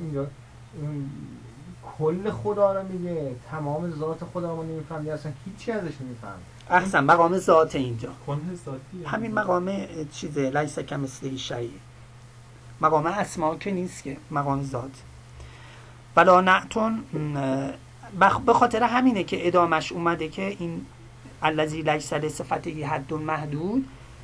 کل خدا رو میگه، تمام ذات خدا رو نمیفهمی، اصلا هیچی ازش نمیفهمی. احسن، مقام ذات اینجا کنه ذاتی، همین مقام چیزه، لیس کمثله شیء، مقام اسما که نیست که، مقام ذات. ولا نعتون، به خاطر همینه که ادامش اومده که این الذی لیس لصفته حد محدود،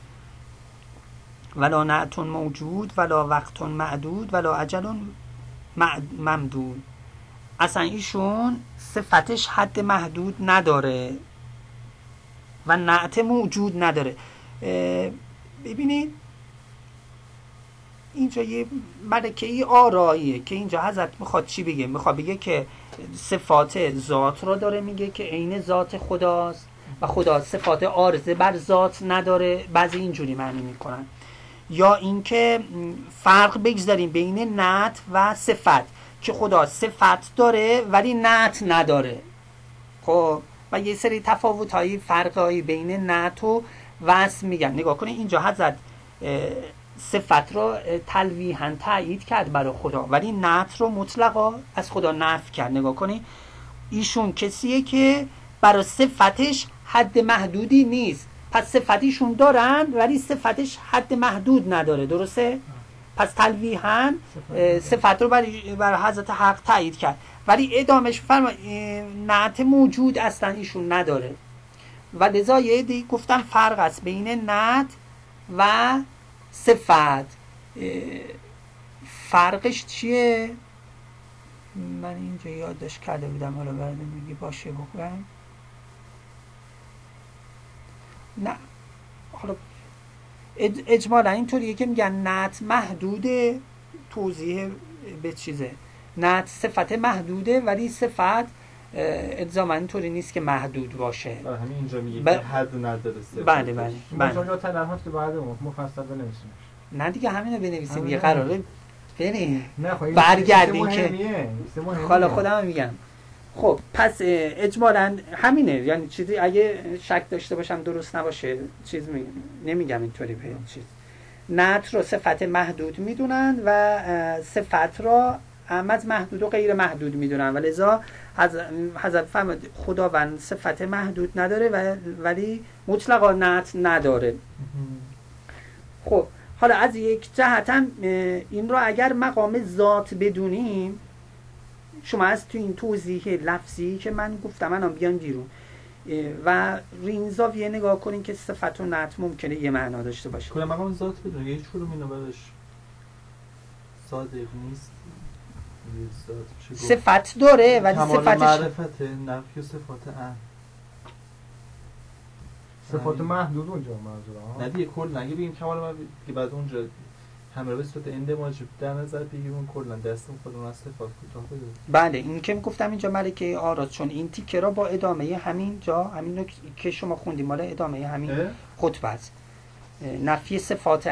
ولا نعتون موجود ولا وقتون معدود ولا اجل ممدود. اصلا ایشون صفتش حد محدود نداره و نعت موجود نداره. ببینید اینجا یه ملکه آراییه که اینجا حضرت میخواد چی بگه؟ میخواد بگه که صفات ذات رو داره میگه که عین ذات خداست و خدا صفات عارضه بر ذات نداره، بعضی اینجوری معنی میکنن. یا اینکه فرق بگذاریم بین نعت و صفت، که خدا صفت داره ولی نعت نداره. خب و یه سری تفاوت‌های، فرق‌هایی بین نعت و وصف میگن. نگاه کنید اینجا حضرت صفت رو تلویحاً تایید کرد برای خدا، ولی نعت رو مطلقا از خدا نفی کرد. نگاه کنید ایشون کسیه که برای صفتش حد محدودی نیست، پس صفتیشون دارن ولی صفتش حد محدود نداره، درسته؟ پس تلویحاً صفت رو برای حضرت حق تایید کرد، ولی ادامش فرما نعت موجود اصلا ایشون نداره. و لذا یه دیگه گفتم فرق است بین نعت و صفت. فرقش چیه؟ من اینجا یادداشت کرده بودم، حالا برای میگی باشه بگم. نه حالا اجمالا اینطوریه که میگن نعت محدوده، توضیح به چیزه، نعت صفت محدوده ولی صفت الزاما اینطوری نیست که محدود باشه. همین اینجا میگه که حد نداره صفت. بله بله بله. اونجا تلفات که بعد مفصل بنویسیم. نه دیگه همینو بنویسیم، یه قراره ببین نه خب برگردیم که حالا خودم میگم. خب پس اجمالا همینه، یعنی چیزی اگه شک داشته باشم درست نباشه چیز نمیگم اینطوری به چیز. نعت رو صفت محدود میدونن و صفت رو از محدود و غیر محدود میدونن، و لذا حضرت فرمود خداوند صفت محدود نداره ولی مطلقا نعت نداره. خب حالا از یک جهت هم این رو اگر مقام ذات بدونیم، شما از تو این توضیح لفظی که من گفتم الان بیان بیرون و این زاویه نگاه کنین که صفت و نعت ممکنه یه معنا داشته باشه. کلا مقام ذات بدونیم یه چورو اینو براش صادق نیست. صفت داره ولی صفتش معرفت نفی و صفات صفات محدود اونجا منظورم. نه دیگه کل نگه بگیم کمال من که بعد اونجا همه به صورت اندماج در نظر بگیریم کلا دستم خودمون از صفات کوتاه بده. بله این که میگفتم اینجا ملکه آراز، چون این تیکه را با ادامه همین جا همین که شما خوندیم مال ادامه همین خطبه است. نفی صفات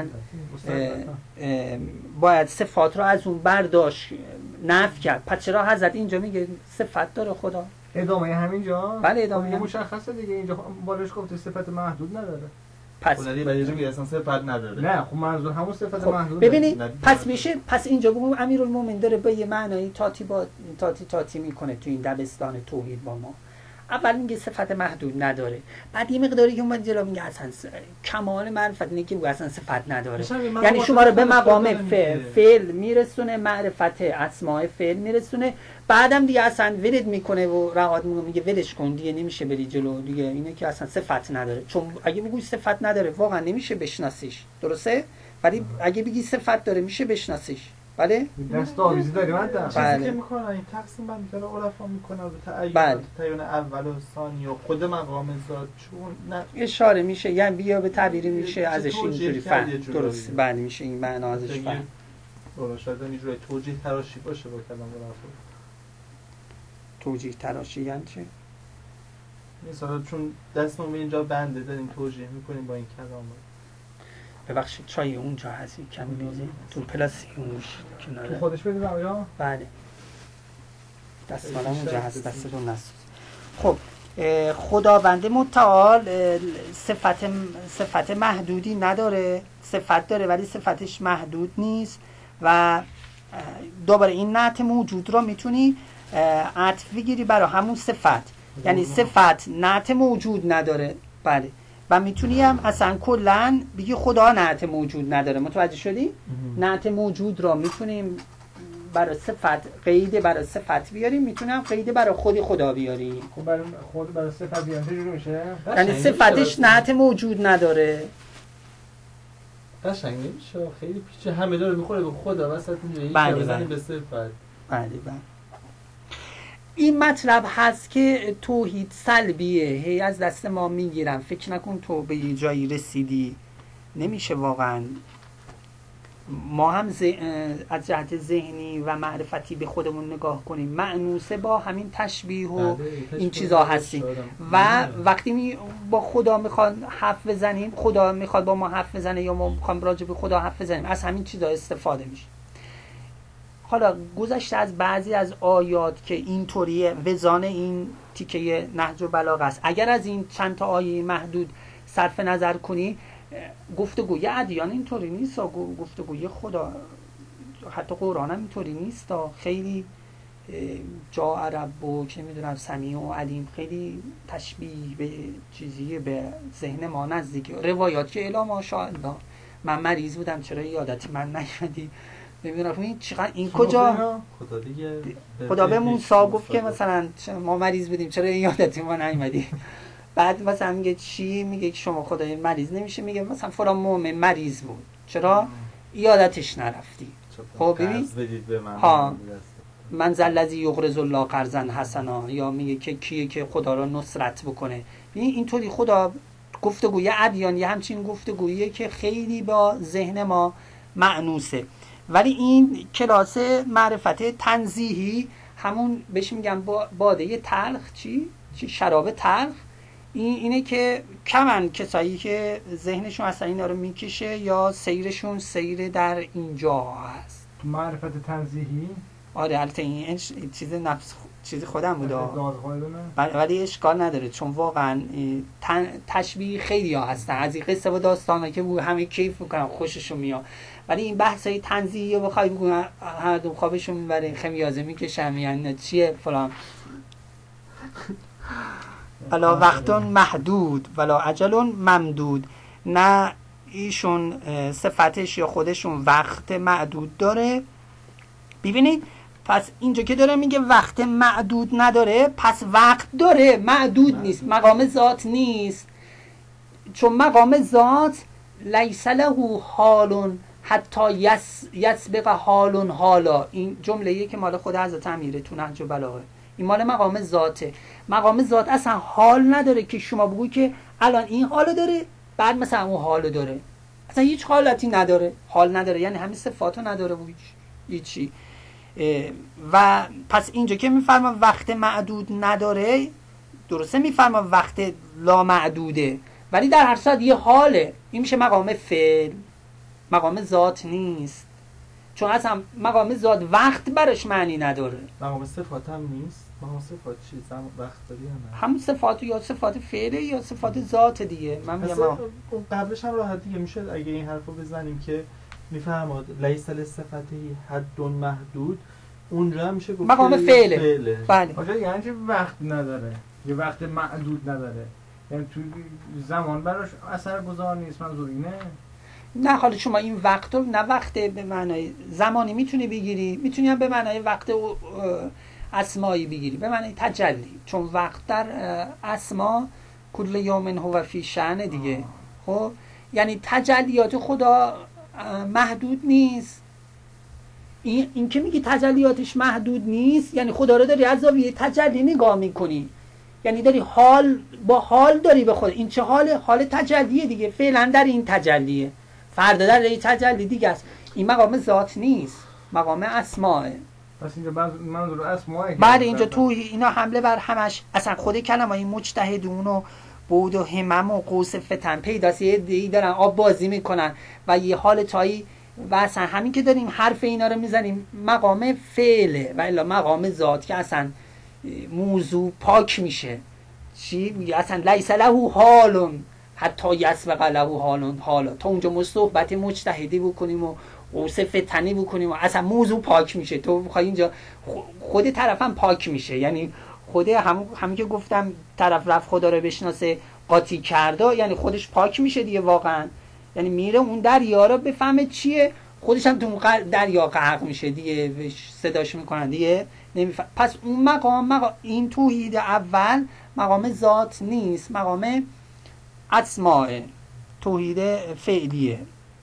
باید صفات را از اون برداشت نفی کرد. پس چرا حضرت اینجا میگه صفت داره خدا؟ ادامه همینجا؟ بله ادامه مشخصه دیگه، اینجا بالش گفته صفت محدود نداره. پس ولی برای میگه اصلا صفت نداره. نه خب منظور همون صفت خب محدود. ببینید پس میشه، پس اینجا بگم امیرالمومنین داره به یه معنای تاتی میکنه تو این دبستان توحید با ما. اول میگه صفت محدود نداره، بعد یه مقداری که اومد جلو میگه اصلا کمال معرفت اینه که اصلا صفت نداره، یعنی شما رو به مقام فعل میرسونه، معرفت اسماء فعل میرسونه، بعدم دیگه اصلا ولد میکنه و رعاد میگه ولش کن دیگه نمیشه بری جلو دیگه، اینه که اصلا صفت نداره. چون اگه بگوی صفت نداره واقعا نمیشه بشناسیش، درسته؟ ولی اگه بگی صفت داره میشه بشناسیش. بله دست آویزی داریم حتی چیزی که میکنن این تقسیم بندی رو عرفا میکنن به تعیین اول و ثانی و خود مقام ذات، چون نه اشاره میشه، یعنی بیا به تعبیری میشه ازش اینجوری فهم، درست بله میشه این معنا ازش فهم. شاید اینجوری توجیه تراشی باشه با کلام عرفا. توجیه تراشی یعنی چه؟ مثلا چون دستمون به اینجا بنده داریم توجیه میکنیم با این کلام. ببخشید چای اونجا هستی کمی بیزی تو پلاستیک اون کناره تو خودش بدید آیا؟ بله دستمالم اونجا هست، دستتون نسوز. خب خداوند متعال صفت محدودی نداره، صفت داره ولی صفتش محدود نیست. و دوباره این نعت موجود رو میتونی عطف بگیری برای همون صفت، یعنی صفت نعت موجود نداره. بله و میتونی هم اصلا کلن بگی خدا نعت موجود نداره. متوجه شدی؟ نعت موجود را میتونیم برای صفت قید برای صفت بیاریم، میتونیم قید برای خدا بیاریم. خب برای خود برای صفت بیاریم چجوری میشه؟ یعنی صفتش نعت موجود نداره. قشنگ نمیشه، خیلی پیچه همه داره میخوره به خدا وسط اینجوری بزنیم به صفت. بله. این مطلب هست که توحید سلبیه، هی از دست ما میگیرن، فکر نکن تو به یه جایی رسیدی، نمیشه واقعا. ما هم از جهت ذهنی و معرفتی به خودمون نگاه کنیم، مأنوسه با همین تشبیه و این چیزا هستیم و وقتی با خدا میخوان حرف بزنیم، خدا میخواد با ما حرف بزنه یا ما میخوام راجع به خدا حرف بزنیم، از همین چیزا استفاده میشه. حالا گذشته از بعضی از آیات که اینطوریه، وزان این تیکه نهج و بلاغه است، اگر از این چند تا آیه محدود صرف نظر کنی گفتگوی ادیان اینطوری نیست، گفتگوی خدا حتی قرآن هم اینطوری نیست. خیلی جا عرب و که میدونم سمیع و علیم خیلی تشبیه به چیزی به ذهن ما نزدیک. روایات که الا ماشاءالله، من مریض بودم چرا یادتی من نیومدی، نمیدونم این چقدر این کجا خدا دیگه خدا به موسی گفت که مثلا ما مریض بودیم چرا یادتی ما نیومدی. بعد مثلا میگه چی؟ میگه که شما خدای مریض نمیشه، میگه مثلا فلان مومن مریض بود چرا یادتش نرفتی. خب ببین ها من ذا الذی یقرض الله قرضا حسنا، یا میگه که کیه که خدا را نصرت بکنه. ببین اینطوری خدا گفتگوی ادیان یه همچین گفتگوییه که خیلی با ذهن ما مأنوسه. ولی این کلاس معرفت تنزیهی همون بهش میگن باده تلخ، چی شراب تلخ، اینه که کمن کسایی که ذهنشون اصلا اینا رو میکشه یا سیرشون سیر در اینجا هست. معرفت تنزیهی آره البته این چیز نفس چیزی خودم بود ولی اشکال نداره، چون واقعا تشبیه خیلی ها هستن از این قصه و داستانه که همه کیف میکنن خوششون میاد. ولی این بحثای تنزیهی رو بخوای بگن هر دو خوابشون میبره خمیازه میکشن یعنی چیه فلان ولا وقت محدود ولا اجل ممدود، نه ایشون صفتش یا خودشون وقت معدود داره. ببینید پس اینجا که داره میگه وقت معدود نداره، پس وقت داره معدود نیست، مقام ذات نیست. چون مقام ذات لیس له حال حتی یسبق حال حالا، این جمله‌ایه که مال خود حضرت امیره تو نهج البلاغه، این مال مقام ذاته. مقام ذات اصلا حال نداره که شما بگوی که الان این حالو داره بعد مثلا اون حالو داره، اصلا هیچ حالتی نداره، حال نداره یعنی همین صفاتو نداره و هیچی. و پس اینجا که میفرما وقت معدود نداره، درسته میفرما وقت لا معدوده، ولی در هر صورت یه حاله، این میشه مقام فعل، مقام ذات نیست. چون اصلا مقام ذات وقت براش معنی نداره. مقام صفات هم نیست. مقام صفات چی؟ وقت داری یا نه؟ هم صفات یا صفات فعله یا صفات ذات دیگه. من میگم قبلش هم راحت دیگه میشه اگه این حرفو بزنیم که میفهماد لیس لصفته حد محدود، اونجا هم میشه گفت مقام فعله. بله. آخه یعنی چه وقت نداره؟ یه وقت محدود نداره. یعنی تو زمان براش اثر گذار نیست، منظور اینه؟ نه حالا شما این وقت رو نه وقت به معنای زمانی میتونی بگیری، میتونی هم به معنای وقت اسمایی بگیری، به معنای تجلی، چون وقت در اسما کل یوم هو فی شأن دیگه. خب یعنی تجلیات خدا محدود نیست. این که میگی تجلیاتش محدود نیست یعنی خدا رو داری از زاویه تجلی نگاه میکنی، یعنی داری حال با حال داری به خود. این چه حاله؟ حال تجلیه دیگه، فعلا در این تجلیه، فردا در این تجلی دیگه است. این مقام ذات نیست، مقام اسماءه. پس اینجا منظور اسماءه. بعد اینجا تو اینا حمله بر همش اصلا خود کلمه این مجتهدون و بود و همم و قوس فتن پیداست، یه دیگه دارن آب بازی میکنن و یه حال تایی و اصلا همین که داریم حرف اینا رو میزنیم مقام فعله و الا مقام ذات که اصلا موضوع پاک میشه. چی میگه؟ اصلا لیس له حال حتی یسبق له حال حالا، تا اونجا ما صحبت مجتهدی بکنیم و قوس فتنی بکنیم و اصلا موضوع پاک میشه. تو بخوای اینجا خود طرفم پاک میشه، یعنی خود همین که گفتم طرف رفت خدا رو بشناسه قاطی کرده یعنی خودش پاک میشه دیگه واقعا، یعنی میره اون دریا رو بفهمه چیه، خودش هم تو اون دریا غرق میشه دیگه، صداش میکنن دیگه نمیفهم. پس اون مقام این توحید اول مقام ذات نیست، مقام اسماء، توحید فعلیه.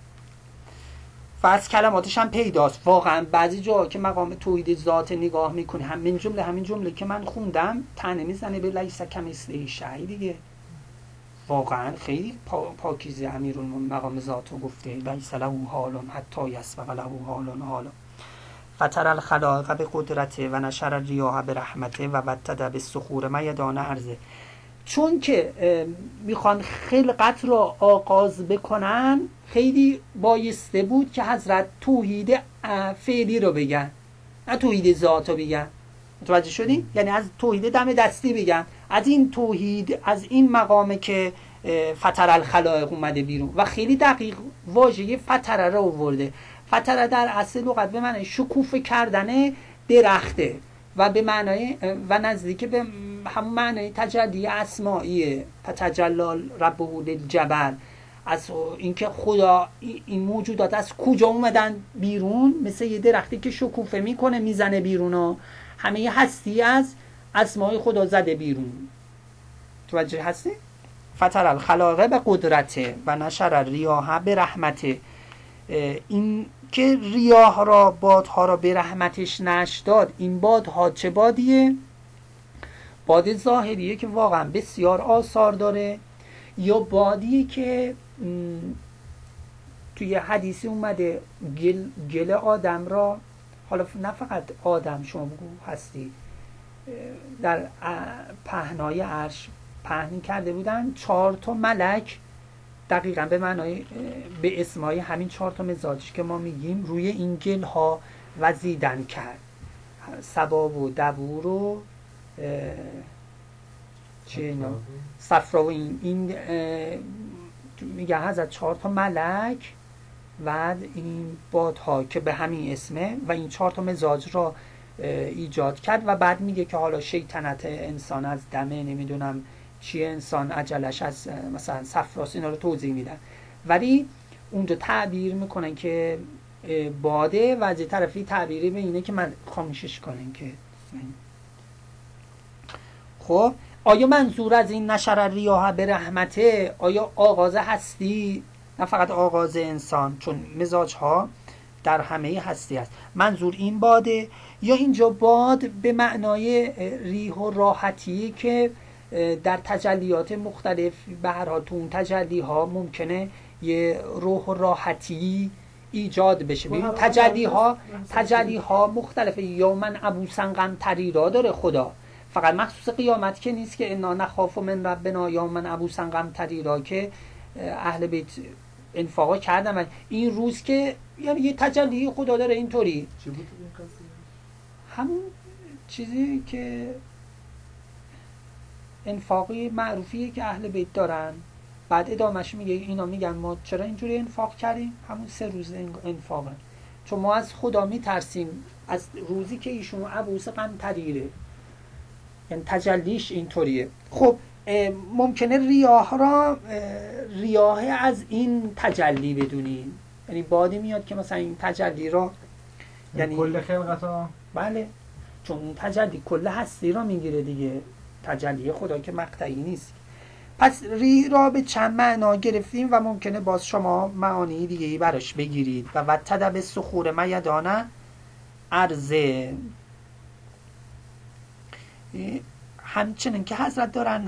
و از کلماتش هم پیداست واقعا بعضی جا که مقام توحید ذات نگاه میکنه همین جمله که من خوندم طعنه میزنه به لیس کمثله شیء دیگه. واقعا خیلی پاکیزه امیرالمومنین مقام ذات رو گفته لیس له حال حتی یسبق له حال حالا. فتر الخلائق به قدرته و نشر الریاح به رحمته و وتد بالصخور میدان ارضه. چون که میخوان خلقت را آغاز بکنن خیلی بایسته بود که حضرت توحید فعلی رو بگن نه توحید ذات رو بگن. متوجه شدین؟ یعنی از توحید دم دستی بگن، از این توحید، از این مقامه که فتر الخلائق اومده بیرون و خیلی دقیق واژه فتره رو آورده. فتره در اصل لغت به معنی شکوفه کردن درخته و به معنای و نزدیک به همون معنای تجلی اسماعیه، تجلال ربه للجبل، از اینکه خدا این موجودات از کجا اومدن بیرون، مثل یه درختی که شکوفه میکنه میزنه بیرون و همه هستی از اسماء خدا زده بیرون. توجه هستی؟ فتر الخلاقه به قدرته و نشر الریاح به رحمته. این که ریاح را بادها را به رحمتش نشر داد، این بادها چه بادیه؟ باد ظاهریه که واقعا بسیار آثار داره، یا بادیه که توی حدیثی اومده گل آدم را، حالا نه فقط آدم، شما بگو هستی، در پهنای عرش پهن کرده بودن 4 ملک، دقیقا به معنای به اسمای همین 4 مزاجی که ما میگیم روی این گل ها وزیدن کرد، سبا و دبور و چه اینا، صفرا و این میگه از 4 ملک و این بادها که به همین اسمه و این 4 مزاج را ایجاد کرد. و بعد میگه که حالا شیطنت انسان از دمه، نمیدونم چیه انسان عجلش از مثلا صفراست، اینا رو توضیح میدن، ولی اونجا تعبیر میکنن که باده و از طرفی تعبیری به اینه که من خاموشش کنن که خب آیا منظور از این نشر الریاح به رحمته آیا آغاز هستی، نه فقط آغاز انسان، چون مزاج ها در همه هستی است، منظور این باده، یا اینجا باد به معنای ریح و راحتی که در تجلیات مختلف به هر حال تو اون تجلی ها ممکنه یه روح و راحتی ایجاد بشه. ببین تجلی ها مختلفه، یا من ابوسن قمطری را داره خدا، فقط مخصوص قیامت که نیست که انا نخاف من ربنا یا من ابوسن قمطری را که اهل بیت انفاقا کردم. این روز که یعنی یه تجلی خدا داره اینطوری. چی بود این قضیه؟ همون چیزی که انفاقی معروفیه که اهل بیت دارن، بعد ادامهش میگه اینا میگن ما چرا اینجوری انفاق کردیم، همون 3 روز انفاقه، چون ما از خدا میترسیم از روزی که ایشون عبوس قمطریه، یعنی تجلیش اینطوریه. خب ممکنه ریاه از این تجلی بدونین، یعنی بادی میاد که مثلا این تجلی را یعنی کل خلقت ها، بله، چون اون تجلی کل هستی را میگیره دیگه، تجلی خدا که مقطعی نیست. پس ری را به چند معنا گرفتیم و ممکنه باز شما معانی دیگه براش بگیرید. و وتد به صخور میدانه عرضه، همچنین که حضرت دارن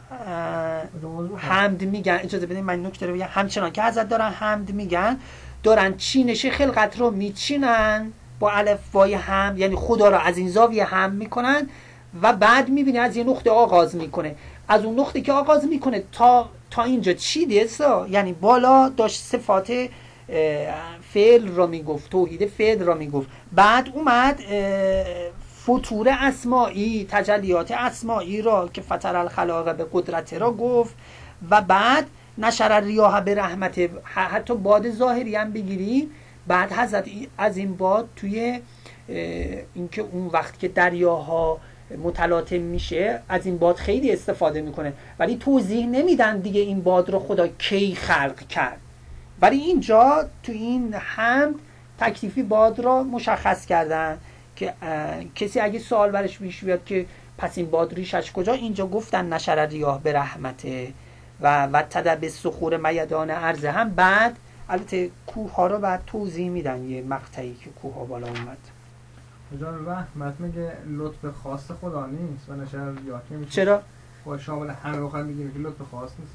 حمد میگن، اجازه بدین من نکته رو بگم، همچنان که حضرت دارن حمد میگن، دارن چینش خلقت رو میچینن با الفبای حمد، یعنی خدا رو از این زاویه حمد میکنن و بعد میبینی از این نقطه آغاز میکنه، از اون نقطه که آغاز میکنه تا اینجا چی دیسا، یعنی بالا داشت صفات فعل را میگفت، توحید فعل را میگفت، بعد اومد فطور اسمائی، تجلیات اسمائی را که فتر الخلاق به قدرت را گفت، و بعد نشر الریاح به رحمت، حتی باد ظاهری هم بگیری، بعد حضرت از این باد توی اینکه اون وقت که دریاها متلاطم میشه از این باد خیلی استفاده میکنه، ولی توضیح نمیدن دیگه این باد رو خدا کی خلق کرد، ولی اینجا تو این حمد تکلیفی باد را مشخص کردن که کسی اگه سوال برش پیش بیاد که پس این باد ریشش کجا، اینجا گفتن نشر الریاح به رحمته و تد به صخور میدان عرضه، هم بعد البته کوه ها رو بعد توضیح میدن، یه مقطعی که کوه ها بالا اومد. جان رحمت میگه لطف خاص خدا نیست و نشر الریاح که میشه چرا؟ با شامل همه بخواد میگیم که لطف خاص نیست،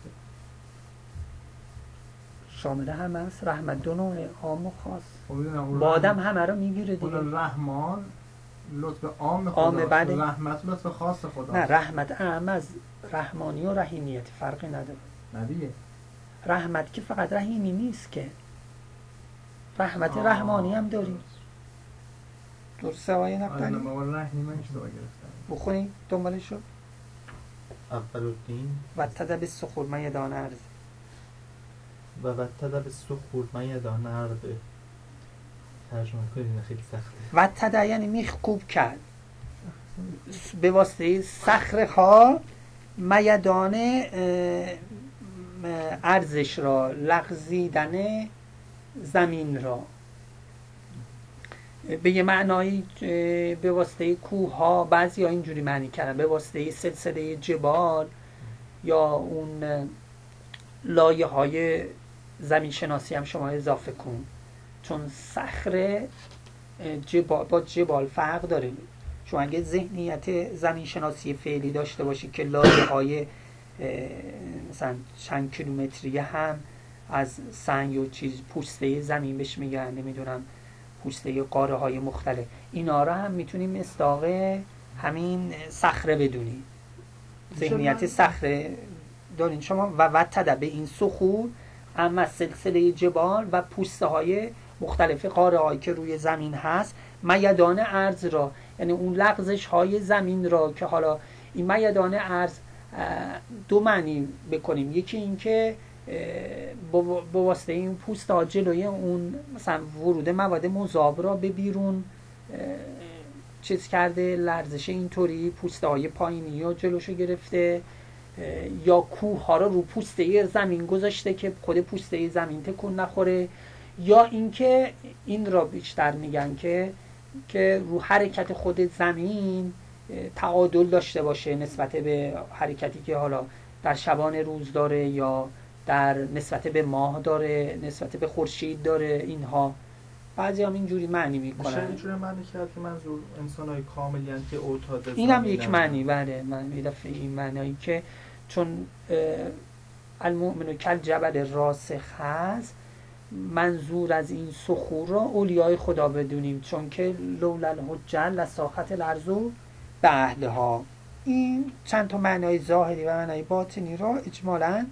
شامل همه است، رحمت دو نوع، عام و خاص، با آدم همه رو میگیره دیگه. رحمان لطف عام خدا، بعد رحمت لطف خاص خدا. نه، رحمت اعم از رحمانی و رحیمیت فرقی نداره. نه دیگه رحمت که فقط رحیمی نیست که، رحمت رحمانی هم داری. درسته آقای نقطه‌ای؟ آره، رحیمی من اشتباه گرفتم. بخونی دنبالش رو. اول الدین و تدب الصخور میدان ارض و وتد به سخور میدان ارض. ترجمه کنید خیلی سخته. و تدب یعنی میخکوب کرد به واسطه صخره‌ها میدان ارزش را، لغزیدن زمین را. به یه معنایی به واسطه کوه ها، بعضی ها اینجوری معنی کردن به واسطه سلسله جبال یا اون لایه های زمین شناسی هم شما اضافه کن، چون صخره با جبال فرق داره. شما اگه ذهنیت زمین شناسی فعلی داشته باشید که لایه های مثلا چند کیلومتری هم از سنگ و چیز پوسته زمین بهش میگن، نمیدونم پوسته قاره های مختلف، اینا را هم میتونیم مصداق همین صخره بدونیم. ذهنیت صخره دارین شما. و وتد به این صخور اما سلسله جبال و پوسته های مختلف قاره هایی که روی زمین هست میدان ارض را، یعنی اون لغزش های زمین را که حالا این میدان ارض دو معنی بکنیم. یکی این که با واسطه این پوست ها جلوی اون مثلا ورود مواد مذاب را به بیرون چیز کرده، لرزش اینطوری پوسته های پایینی یا جلوشو گرفته، یا کوه ها رو پوسته زمین گذاشته که خود پوسته زمین تکون نخوره، یا اینکه این را بیشتر میگن که رو حرکت خود زمین تعادل داشته باشه نسبت به حرکتی که حالا در شبان روز داره یا در نسبت به ماه داره، نسبت به خورشید داره. اینها بعضی هم اینجوری معنی میکنن. میشه اینجوری معنی کرد که منظور انسان‌های کاملی هستند که اوتاد این هم یک معنی. بله، من یه دفعه این معنی که چون المؤمن کالجبل راسخ هست، منظور از این صخور را اولیای خدا بدونیم، چون که لولا الحجه لساخت الارض به اهلها. این چند تا معنای ظاهری و معنای باطنی را اجمالاً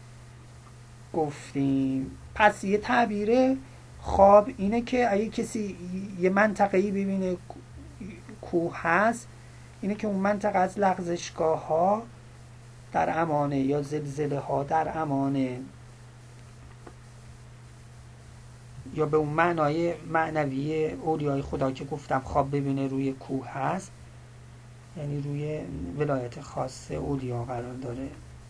گفتیم. پس یه تعبیر خواب اینه که اگه کسی یه منطقه‌ای ببینه کوه هست، اینه که اون منطقه از لغزشگاه ها در امانه یا زلزله ها در امانه، یا به اون معنای معنوی اولیای خدا که گفتم خواب ببینه روی کوه هست، یعنی روی ولایت خاص اولیا قرار داره،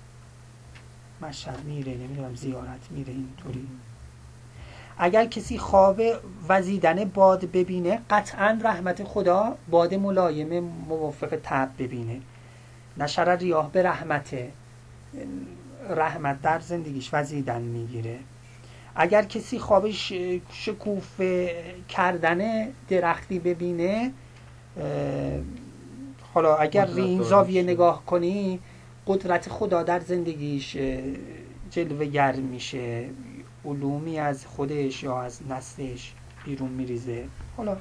مشهد میره، نمیدونم زیارت میره اینطوری. اگر کسی خواب وزیدن باد ببینه، قطعا رحمت خدا باد ملایم موافق طبع ببینه. نشر ریاح به رحمت در زندگیش وزیدن میگیره. اگر کسی خواب شکوفه کردن درختی ببینه، حالا اگر به این زاویه نگاه کنی، قدرت خدا در زندگیش جلوه گر میشه، علومی از خودش یا از نسلش بیرون میریزه. حالا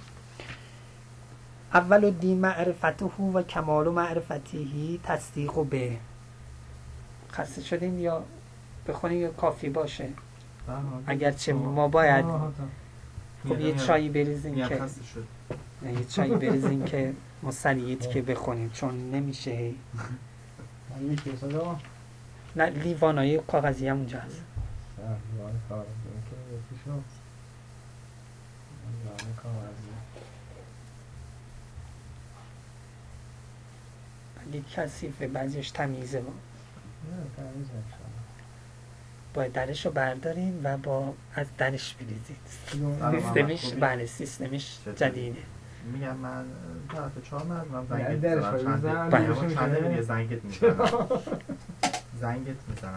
اول الدین معرفته و کمال معرفته تصدیق به. خسته شدین یا بخونین یا کافی باشه؟ اگرچه ما باید خب یه چایی بریزین که یه چایی بریزین که مسلیت که بخونیم، چون نمیشه. نه، لیوانای کاغذی هم اونجا هست. اگه کثیفه بعضیش تمیزه باید درش رو بردارین و از درش بریزید. سیستمش بله سیستمش جدیده. میگم من طرف 4 من زنگت میزنم، چند دقیقه زنگت میزنم